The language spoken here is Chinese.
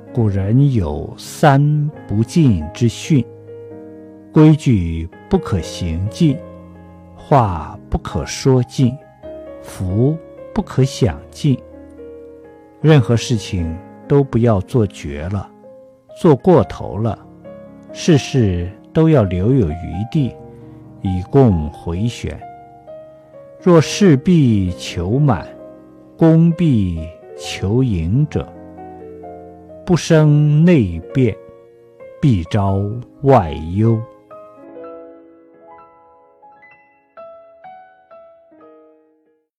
古人有三不尽之训：规矩不可行尽，话不可说尽，福不可享尽。任何事情都不要做绝了，做过头了，事事都要留有余地，以供回旋。若事必求满，功必求盈者，不生内变，必招外忧。